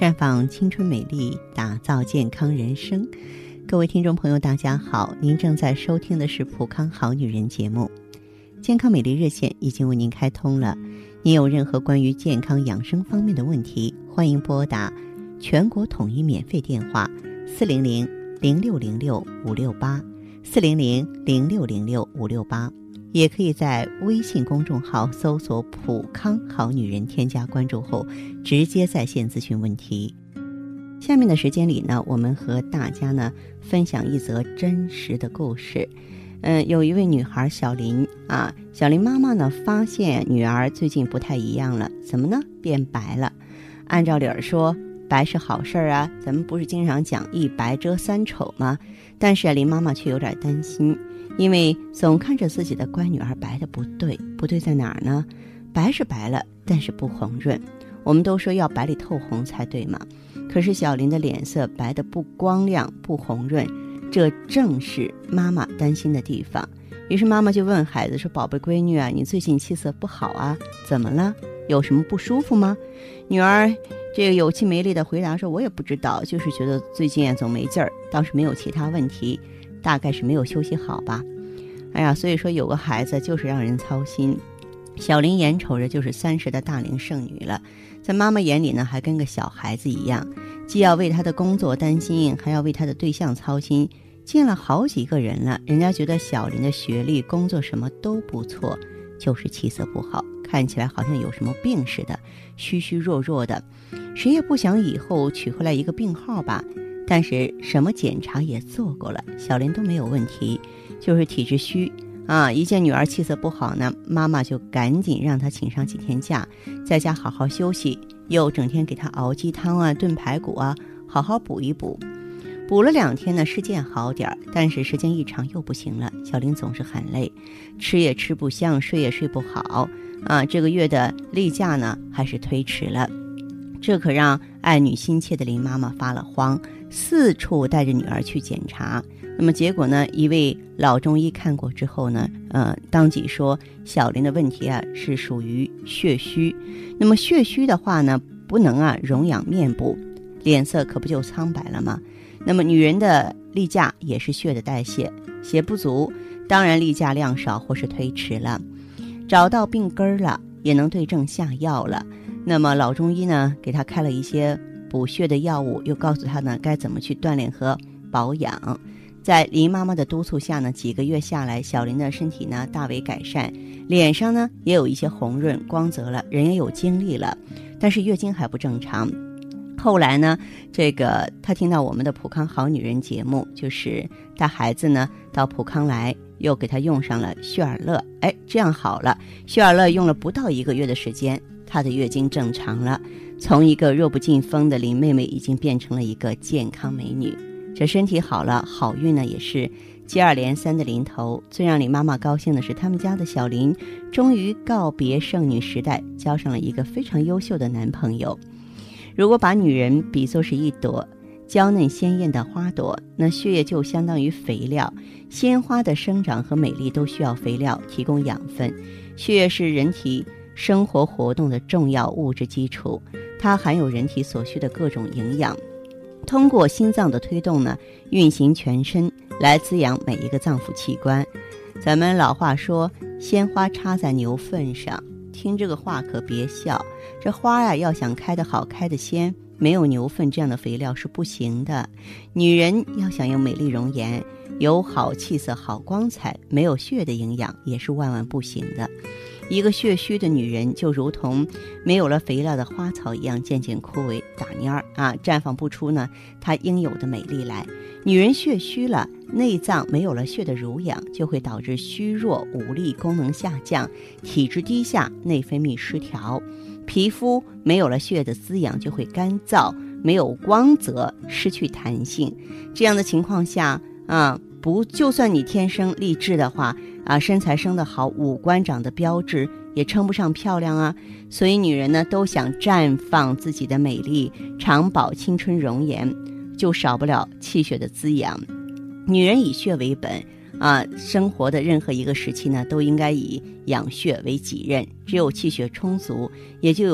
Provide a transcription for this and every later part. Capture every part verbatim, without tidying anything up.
绽放青春美丽，打造健康人生。各位听众朋友大家好，您正在收听的是普康好女人节目。健康美丽热线已经为您开通了，您有任何关于健康养生方面的问题，欢迎拨打全国统一免费电话四零零零六零六五六八四零零零六零六五六八，也可以在微信公众号搜索普康好女人，添加关注后直接在线咨询问题。下面的时间里呢，我们和大家呢分享一则真实的故事。嗯，有一位女孩小林啊，小林妈妈呢发现女儿最近不太一样了，怎么呢？变白了。按照理儿说，白是好事儿啊，咱们不是经常讲一白遮三丑吗？但是林妈妈却有点担心，因为总看着自己的乖女儿白的不对，不对在哪儿呢？白是白了，但是不红润。我们都说要白里透红才对嘛，可是小林的脸色白得不光亮不红润，这正是妈妈担心的地方。于是妈妈就问孩子说，宝贝闺女啊，你最近气色不好啊，怎么了？有什么不舒服吗？女儿这个有气没力的回答说，我也不知道，就是觉得最近啊总没劲儿，倒是没有其他问题，大概是没有休息好吧。哎呀，所以说有个孩子就是让人操心。小林眼瞅着就是三十的大龄剩女了，在妈妈眼里呢还跟个小孩子一样，既要为她的工作担心，还要为她的对象操心。见了好几个人了，人家觉得小林的学历工作什么都不错，就是气色不好，看起来好像有什么病似的，虚虚弱弱的。谁也不想以后取回来一个病号吧，但是什么检查也做过了，小林都没有问题，就是体质虚啊。一见女儿气色不好呢，妈妈就赶紧让她请上几天假，在家好好休息，又整天给她熬鸡汤啊炖排骨啊，好好补一补。补了两天呢，是见好点儿，但是时间一长又不行了。小林总是很累，吃也吃不香，睡也睡不好啊。这个月的例假呢，还是推迟了，这可让爱女心切的林妈妈发了慌，四处带着女儿去检查。那么结果呢，一位老中医看过之后呢，呃，当即说小林的问题啊是属于血虚。那么血虚的话呢，不能啊容养面部，脸色可不就苍白了吗？那么女人的例假也是血的代谢，血不足，当然例假量少或是推迟了。找到病根了，也能对症下药了。那么老中医呢，给她开了一些补血的药物，又告诉她呢该怎么去锻炼和保养。在林妈妈的督促下呢，几个月下来，小林的身体呢大为改善，脸上呢也有一些红润光泽了，人也有精力了，但是月经还不正常。后来呢，这个她听到我们的普康好女人节目，就是带孩子呢到普康来，又给她用上了血尔乐，哎，这样好了。血尔乐用了不到一个月的时间，她的月经正常了，从一个弱不禁风的林妹妹已经变成了一个健康美女。这身体好了，好运呢也是接二连三的临头。最让林妈妈高兴的是，他们家的小林终于告别剩女时代，交上了一个非常优秀的男朋友。如果把女人比作是一朵娇嫩鲜艳的花朵，那血液就相当于肥料，鲜花的生长和美丽都需要肥料提供养分。血液是人体生活活动的重要物质基础，它含有人体所需的各种营养，通过心脏的推动呢，运行全身，来滋养每一个脏腑器官。咱们老话说，鲜花插在牛粪上，听这个话可别笑，这花呀要想开得好开得鲜，没有牛粪这样的肥料是不行的。女人要想有美丽容颜，有好气色好光彩，没有血的营养也是万万不行的。一个血虚的女人就如同没有了肥料的花草一样，渐渐枯萎打蔫儿啊，绽放不出呢她应有的美丽来。女人血虚了，内脏没有了血的濡养，就会导致虚弱无力，功能下降，体质低下，内分泌失调。皮肤没有了血的滋养，就会干燥，没有光泽，失去弹性。这样的情况下啊，不就算你天生丽质的话啊，身材生得好，五官长得标致，也称不上漂亮啊。所以女人呢都想绽放自己的美丽，长保青春容颜，就少不了气血的滋养。女人以血为本啊，生活的任何一个时期呢，都应该以养血为己任。只有气血充足，也就有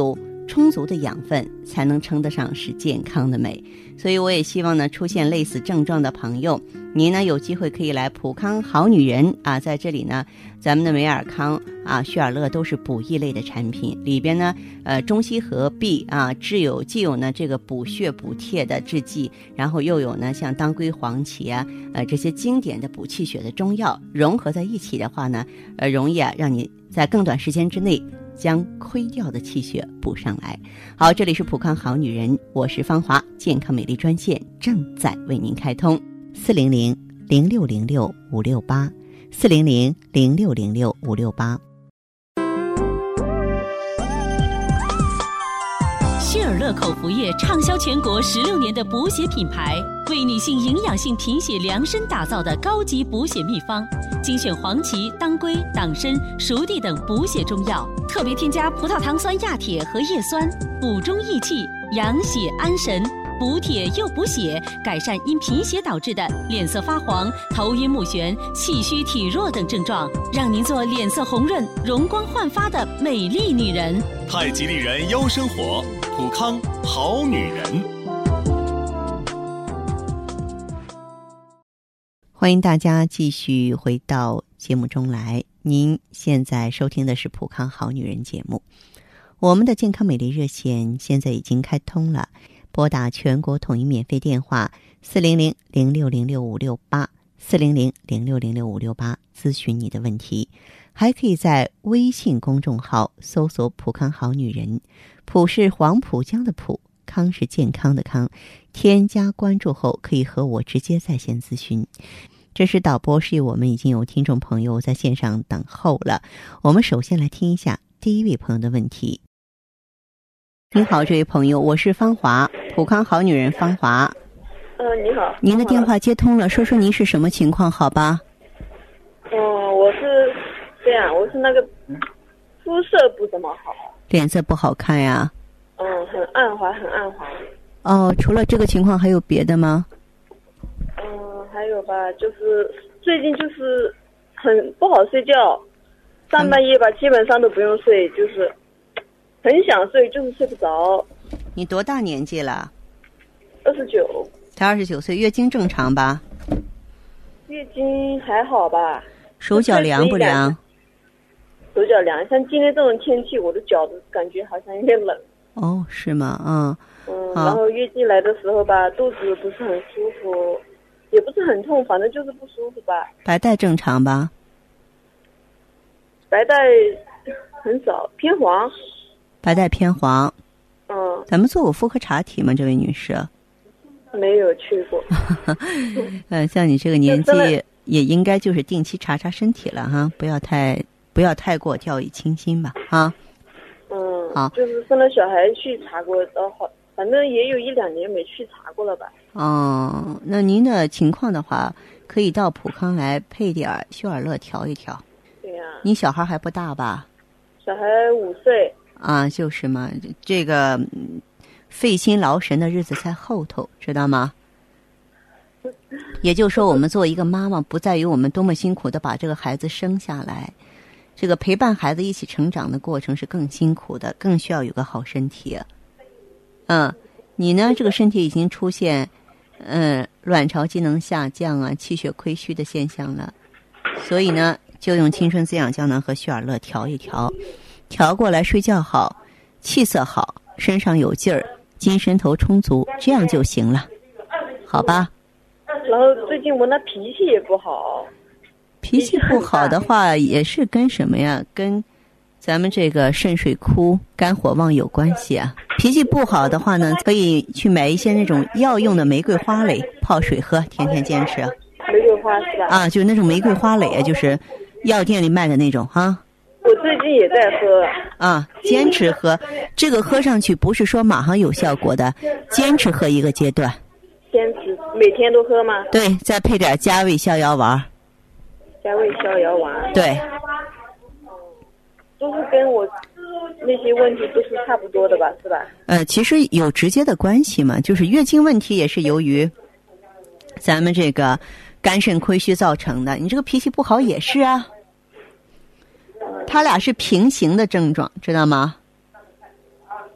充足的养分，才能称得上是健康的美。所以我也希望呢，出现类似症状的朋友，您呢有机会可以来普康好女人啊，在这里呢，咱们的美尔康啊、旭尔乐都是补益类的产品，里边呢，呃，中西合璧啊，既有既有呢这个补血补铁的制剂，然后又有呢像当归、黄芪啊，呃这些经典的补气血的中药融合在一起的话呢，呃，容易啊让你在更短时间之内将亏掉的气血补上来。好，这里是普康好女人，我是芳华，健康美丽专线正在为您开通，四零零零六零六五六八，四零零零六零六五六八。 旭尔乐口服液畅销全国十六年的补血品牌，为女性营养性贫血量身打造的高级补血秘方，精选黄芪、当归、党参、熟地等补血中药，特别添加葡萄糖酸亚铁和叶酸，补中益气，养血安神，补铁又补血，改善因贫血导致的脸色发黄、头晕目眩、气虚体弱等症状，让您做脸色红润、容光焕发的美丽女人。 太极丽人优生活，普康好女人。 欢迎大家继续回到节目中来，您现在收听的是普康好女人节目。我们的健康美丽热线现在已经开通了，拨打全国统一免费电话四零零零六零六五六八，四零零零六零六五六八咨询你的问题。还可以在微信公众号搜索普康好女人，普是黄浦江的浦，康是健康的康，添加关注后可以和我直接在线咨询。这是导播示意我们已经有听众朋友在线上等候了，我们首先来听一下第一位朋友的问题。你好，这位朋友，我是芳华，普康好女人芳华。 呃，你好。 您的电话接通了，说说您是什么情况好吧？ 嗯、呃，我是这样，我是那个肤色不怎么好， 脸色不好看呀。 嗯，很暗黄，很暗黄。 哦，除了这个情况还有别的吗？ 嗯，还有吧，就是最近就是很不好睡觉，上半夜吧、嗯、基本上都不用睡，就是很想睡，就是睡不着。 你多大年纪了？ 二十九。 才二十九岁，月经正常吧？ 月经还好吧？ 手脚凉不凉？ 手脚凉，像今天这种天气，我的脚感觉好像有点冷。 哦，是吗？嗯。 嗯，然后月经来的时候吧，肚子不是很舒服，也不是很痛，反正就是不舒服吧。 白带正常吧？ 白带很少，偏黄。 白带偏黄。 嗯。 咱们做过妇科查体吗，这位女士？ 没有去过。 呃，像你这个年纪，也应该就是定期查查身体了哈，不要太不要太过掉以轻心吧，啊。 嗯。 好。 就是生了小孩去查过，呃，好，反正也有一两年没去查过了吧。 哦，那您的情况的话，可以到普康来配点旭尔乐调一调。 对呀、啊。 你小孩还不大吧？ 小孩五岁。 啊，就是嘛，这个费心劳神的日子在后头，知道吗？也就是说，我们作为一个妈妈，不在于我们多么辛苦的把这个孩子生下来，这个陪伴孩子一起成长的过程是更辛苦的，更需要有个好身体。嗯，你呢，这个身体已经出现，嗯，卵巢机能下降啊，气血亏虚的现象了，所以呢，就用青春滋养胶囊和旭尔乐调一调，调过来睡觉好，气色好，身上有劲儿，精神头充足，这样就行了，好吧？ 然后最近我那脾气也不好。 脾气不好的话，也是跟什么呀？跟咱们这个肾水枯、肝火旺有关系啊。脾气不好的话呢，可以去买一些那种药用的玫瑰花蕾，泡水喝，天天坚持。 玫瑰花是吧？ 啊，就是那种玫瑰花蕾啊，就是药店里卖的那种哈。 我最近也在喝。 啊，坚持喝，这个喝上去不是说马上有效果的，坚持喝一个阶段。 坚持每天都喝吗？ 对，再配点加味逍遥丸。 加味逍遥丸。 对。 都是跟我那些问题都是差不多的吧，是吧？ 呃，其实有直接的关系嘛，就是月经问题也是由于咱们这个肝肾亏虚造成的。你这个脾气不好也是啊，他俩是平行的症状，知道吗？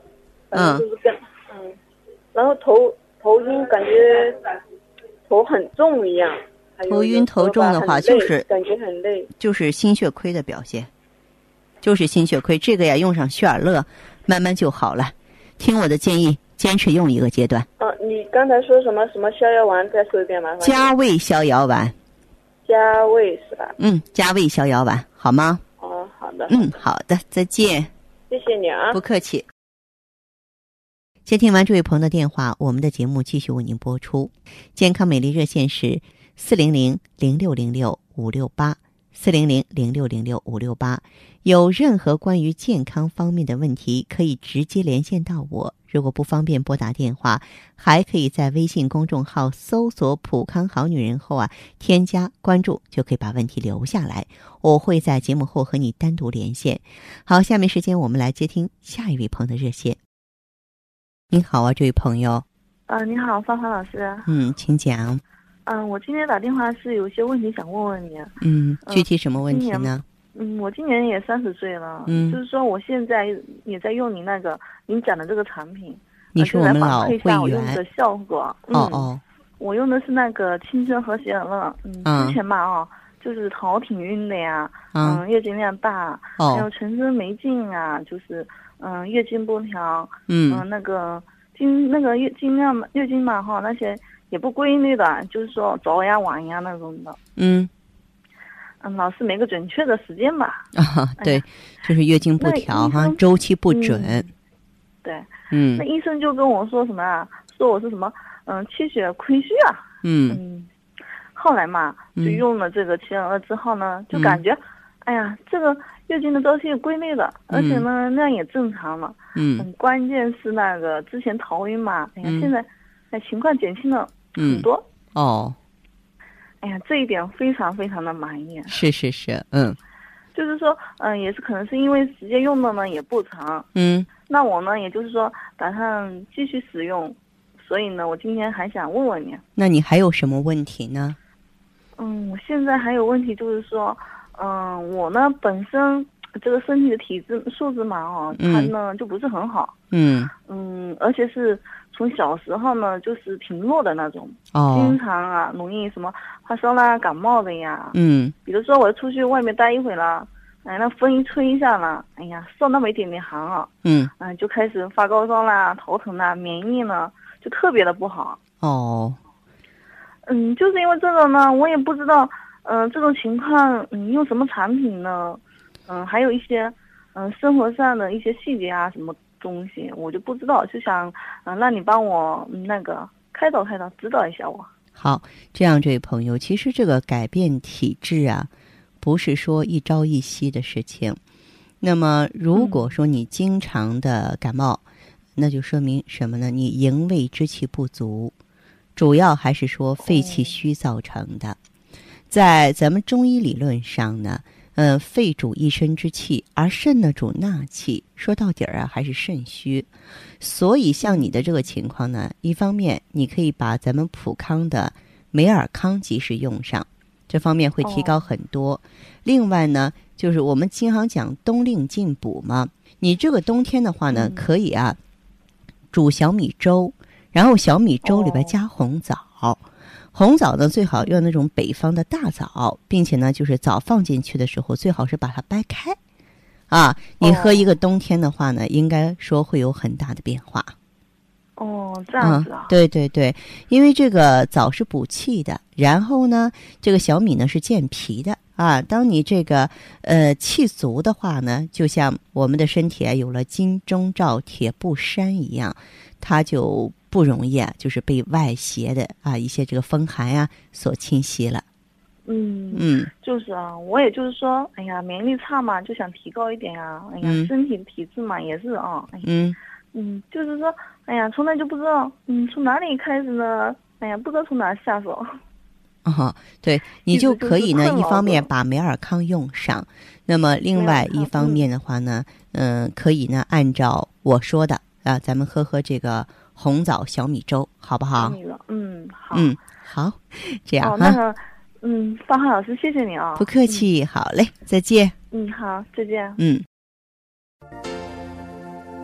反正就是跟嗯，嗯然后头头晕，感觉头很重一样。 头晕头重的话，就是感觉很累， 就是心血亏的表现，就是心血亏。这个呀，用上血尔乐，慢慢就好了。听我的建议，坚持用一个阶段。 啊，你刚才说什么什么逍遥丸？再说一遍吗？ 加味逍遥丸。 加味是吧？ 嗯，加味逍遥丸，好吗？ 哦，好的。 嗯，好的，再见。 谢谢你啊。 不客气。接听完这位朋友的电话，我们的节目继续为您播出。健康美丽热线是四零零零六零六五六八，四零零零六零六五六八。有任何关于健康方面的问题，可以直接连线到我。如果不方便拨打电话，还可以在微信公众号搜索普康好女人后啊，添加关注，就可以把问题留下来，我会在节目后和你单独连线。好，下面时间我们来接听下一位朋友的热线。您好啊，这位朋友。 呃，你好，芳华老师。 嗯，请讲。 嗯、呃，我今天打电话是有些问题想问问你。 嗯，具体什么问题呢？ 嗯，我今年也三十岁了，嗯，就是说我现在也在用你那个您讲的这个产品。 你是我们老会员。 我用的效果。 嗯、哦哦。 我用的是那个青春和喜尔乐。嗯，嗯之前嘛哦，就是头挺晕的呀，嗯，嗯月经量大，哦、还有全身没劲啊，就是嗯月经不调，嗯，嗯那个经那个月经量月经嘛哈那些也不规律的，就是说早呀晚呀那种的。嗯。嗯，老是没个准确的时间吧？ 啊，对，哎、就是月经不调哈，周期不准。 嗯、对，嗯，那医生就跟我说什么啊？说我是什么？嗯，气血亏虚啊。嗯嗯，后来嘛，就用了这个七二二之后呢，就感觉，嗯、哎呀，这个月经的周期规律了，而且呢量也正常了。嗯，嗯关键是那个之前头晕嘛，哎呀，嗯、现在哎情况减轻了很多。 嗯、哦。 哎呀，这一点非常非常的满意。 是是是，嗯， 就是说，嗯、呃，也是可能是因为时间用的呢也不长， 嗯， 那我呢，也就是说打算继续使用，所以呢，我今天还想问问你， 那你还有什么问题呢？ 嗯，我现在还有问题就是说，嗯、呃，我呢本身这个身体的体质素质嘛，哦，它呢、嗯、就不是很好，嗯嗯，而且是。从小时候呢，就是挺弱的那种，哦，经常啊，容易什么发烧啦、感冒的呀。嗯，比如说我出去外面待一会了，哎，那风一吹一下了，哎呀，受那么一点点寒啊，嗯，嗯、呃，就开始发高烧啦、头疼啦，免疫力呢就特别的不好。哦，嗯，就是因为这个呢，我也不知道，嗯、呃，这种情况，嗯，用什么产品呢？嗯、呃，还有一些，嗯、呃，生活上的一些细节啊，什么。东西我就不知道，就想嗯、呃、让你帮我、嗯、那个开导开导指导一下我。 好，这样这位朋友，其实这个改变体质啊不是说一朝一夕的事情。那么如果说你经常的感冒、嗯、那就说明什么呢？你营卫之气不足，主要还是说肺气虚造成的、哦、在咱们中医理论上呢，呃，肺主一身之气，而肾呢主纳气，说到底儿啊还是肾虚。所以像你的这个情况呢，一方面你可以把咱们普康的美尔康及时用上，这方面会提高很多、哦、另外呢，就是我们经常讲冬令进补嘛，你这个冬天的话呢、嗯、可以啊煮小米粥，然后小米粥里边加红枣、哦红枣呢，最好用那种北方的大枣，并且呢，就是枣放进去的时候，最好是把它掰开，啊，你喝一个冬天的话呢，应该说会有很大的变化。 哦，这样子啊、 嗯？对对对，因为这个枣是补气的，然后呢，这个小米呢是健脾的啊。当你这个呃气足的话呢，就像我们的身体啊有了金钟罩铁布衫一样，它就不容易啊，就是被外邪的啊一些这个风寒啊所侵袭了。 嗯嗯，就是啊，我也就是说，哎呀，免疫力差嘛，就想提高一点啊。哎呀，嗯、身体的体质嘛也是啊。哎、嗯嗯，就是说，哎呀，从来就不知道，嗯，从哪里开始呢？哎呀，不知道从哪下手。 哦，对，你就可以呢，一方面把美尔康用上，那么另外一方面的话呢，嗯、呃，可以呢按照我说的啊，咱们喝喝这个红枣小米粥，好不好？ 嗯，好。 嗯，好，这样、 哦、那个，嗯，芳华老师，谢谢你啊。 不客气，嗯、好嘞，再见。 嗯，好，再见。 嗯。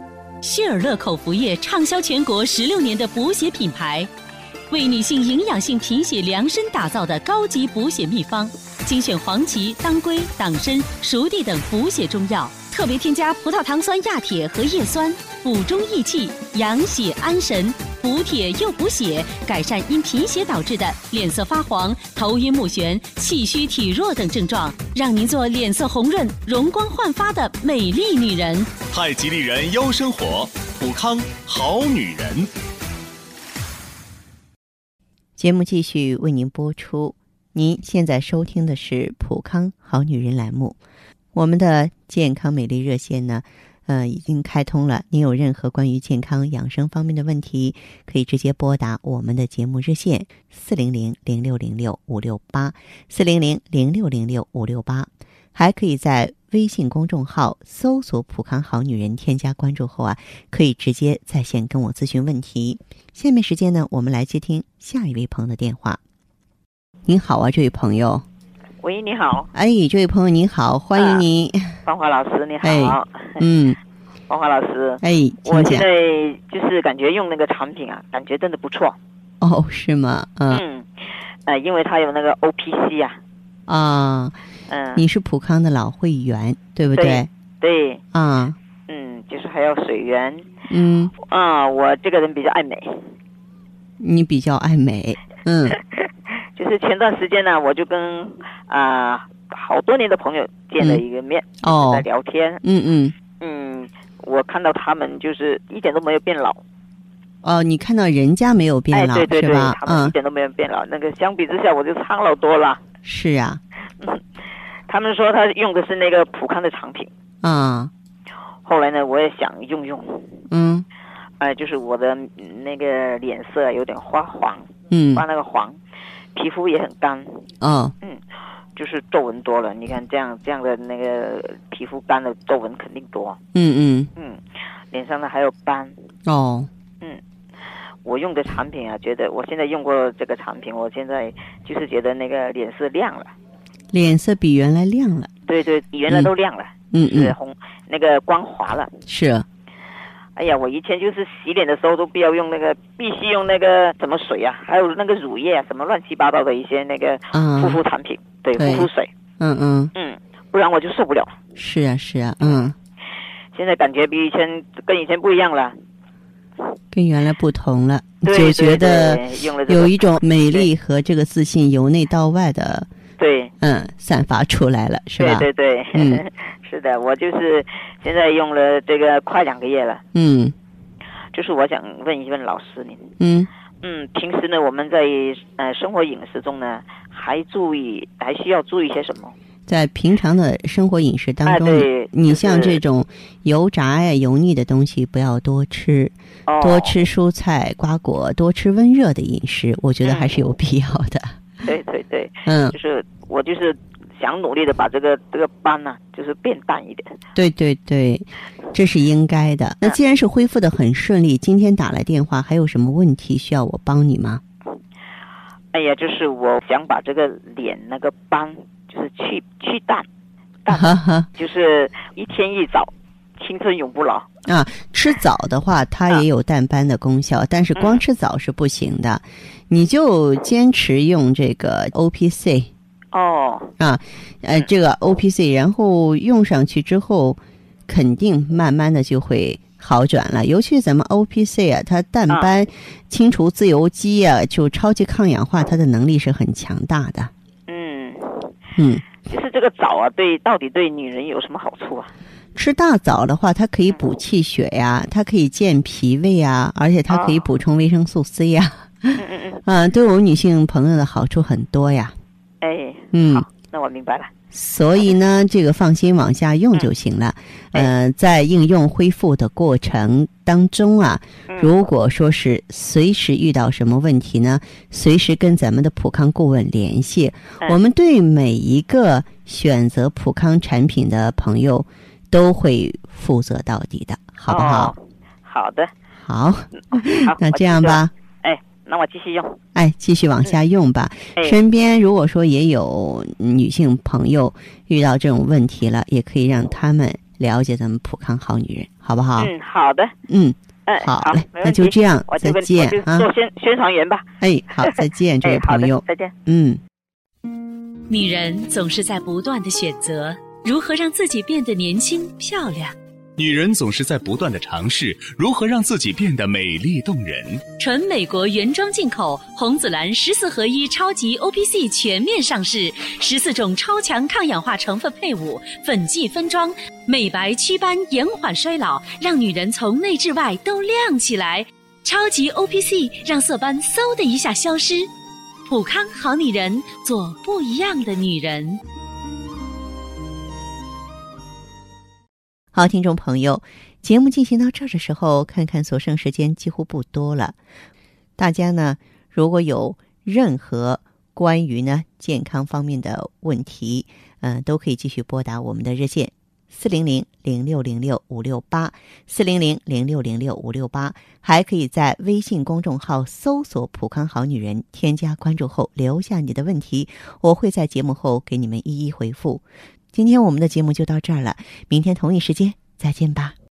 希尔乐口服液畅销全国十六年的补血品牌，为女性营养性贫血量身打造的高级补血秘方，精选黄芪、当归、党参、熟地等补血中药，特别添加葡萄糖酸亚铁和叶酸，补中益气，养血安神，补铁又补血，改善因贫血导致的脸色发黄、头晕目眩、气虚体弱等症状，让您做脸色红润、容光焕发的美丽女人。 太极丽人优生活，普康好女人。 节目继续为您播出。您现在收听的是普康好女人栏目，我们的健康美丽热线呢，呃，已经开通了。您有任何关于健康养生方面的问题，可以直接拨打我们的节目热线四零零零六零六五六八四零零零六零六五六八，还可以在微信公众号搜索普康好女人，添加关注后啊，可以直接在线跟我咨询问题。下面时间呢，我们来接听下一位朋友的电话。您好啊，这位朋友。 喂，你好。 哎，这位朋友您好，欢迎您。 芳华老师你好。 哎、嗯， 芳华老师， 哎， 我现在就是感觉用那个产品啊，感觉真的不错。 哦，是吗？嗯， 嗯呃，因为它有那个 O P C 啊。 啊，嗯，你是普康的老会员，对不对？ 对。对啊， 嗯，就是还有水源。 嗯。 啊，我这个人比较爱美。 你比较爱美，嗯。 就是前段时间呢，我就跟啊、呃、好多年的朋友见了一个面，嗯、就是在聊天。 嗯嗯嗯，我看到他们就是一点都没有变老。 哦，你看到人家没有变老， 哎、对对对， 是吧？ 他们一点都没有变老。嗯、那个相比之下，我就苍老多了。 是啊。 嗯，他们说他用的是那个普康的产品。 啊。 后来呢，我也想用用。 嗯。 哎、呃，就是我的那个脸色有点发黄， 嗯， 发那个黄。皮肤也很干， 哦， 嗯，就是皱纹多了。你看这样这样的那个皮肤干的皱纹肯定多。 嗯嗯嗯，脸上呢还有斑。 哦， 嗯，我用的产品啊，觉得我现在用过这个产品，我现在就是觉得那个脸色亮了， 脸色比原来亮了。 对对，比原来都亮了。 嗯嗯， 是红那个光滑了。 是。 哎呀，我以前就是洗脸的时候都不要用那个，必须用那个什么水啊，还有那个乳液啊，什么乱七八糟的一些那个护肤产品，嗯、对，护肤水。 嗯嗯嗯，不然我就受不了。 是啊是啊，嗯。 现在感觉比以前跟以前不一样了， 跟原来不同了， 就觉得有一种美丽和这个自信由内到外的。 对， 嗯，散发出来了，是吧？ 对对对，嗯，是的，我就是现在用了这个快两个月了。 嗯， 就是我想问一问老师您， 嗯嗯，平时呢我们在呃生活饮食中呢，还注意还需要注意些什么？ 在平常的生活饮食当中， 啊、对你像这种油炸呀、油腻的东西不要多吃， 哦、 多吃蔬菜、瓜果，多吃温热的饮食，我觉得还是有必要的。 嗯对对对， 嗯， 就是我就是想努力的把这个这个斑呢、啊，就是变淡一点。 对对对，这是应该的。那既然是恢复的很顺利，今天打来电话，还有什么问题需要我帮你吗？ 哎呀，就是我想把这个脸那个斑，就是去去淡，淡，就是一天一早，青春永不老。 啊，吃枣的话，它也有淡斑的功效，啊、但是光吃枣是不行的，嗯、你就坚持用这个 O P C。 哦。 啊，呃，这个 O P C， 然后用上去之后，肯定慢慢的就会好转了。尤其咱们 O P C 啊，它淡斑清除自由基啊，就超级抗氧化，它的能力是很强大的。 嗯嗯， 就是这个枣啊，对，到底对女人有什么好处啊？ 吃大枣的话，它可以补气血呀，它可以健脾胃啊，而且它可以补充维生素 C 呀。 嗯嗯嗯。 啊，对我们女性朋友的好处很多呀。 哎， 嗯， 好，那我明白了。 所以呢，这个放心往下用就行了。嗯、呃，在应用恢复的过程当中啊，如果说是随时遇到什么问题呢，随时跟咱们的普康顾问联系。嗯、我们对每一个选择普康产品的朋友都会负责到底的，好不好？ 哦、好的。 好， 好那这样吧。 哎，那我继续用。 哎，继续往下用吧。嗯、身边如果说也有女性朋友遇到这种问题了，也可以让他们了解咱们普康好女人，好不好？ 嗯，好的。 嗯， 嗯， 好嘞，那就这样，再见啊！ 做宣宣传员吧。 哎，好，再见，这位朋友， 再见。 嗯， 女人总是在不断的选择如何让自己变得年轻漂亮。 女人总是在不断的尝试如何让自己变得美丽动人。 纯美国原装进口红紫蓝十四合一超级 O P C 全面上市，十四种超强抗氧化成分配伍，粉剂分装，美白祛斑延缓衰老，让女人从内至外都亮起来。超级 O P C 让色斑嗖的一下消失。普康好女人，做不一样的女人。 好，听众朋友，节目进行到这儿的时候，看看所剩时间几乎不多了。大家呢，如果有任何关于呢健康方面的问题，嗯、呃，都可以继续拨打我们的热线四零零零六零六五六八四零零零六零六五六八，还可以在微信公众号搜索“普康好女人”，添加关注后留下你的问题，我会在节目后给你们一一回复。今天我们的节目就到这儿了，明天同一时间再见吧。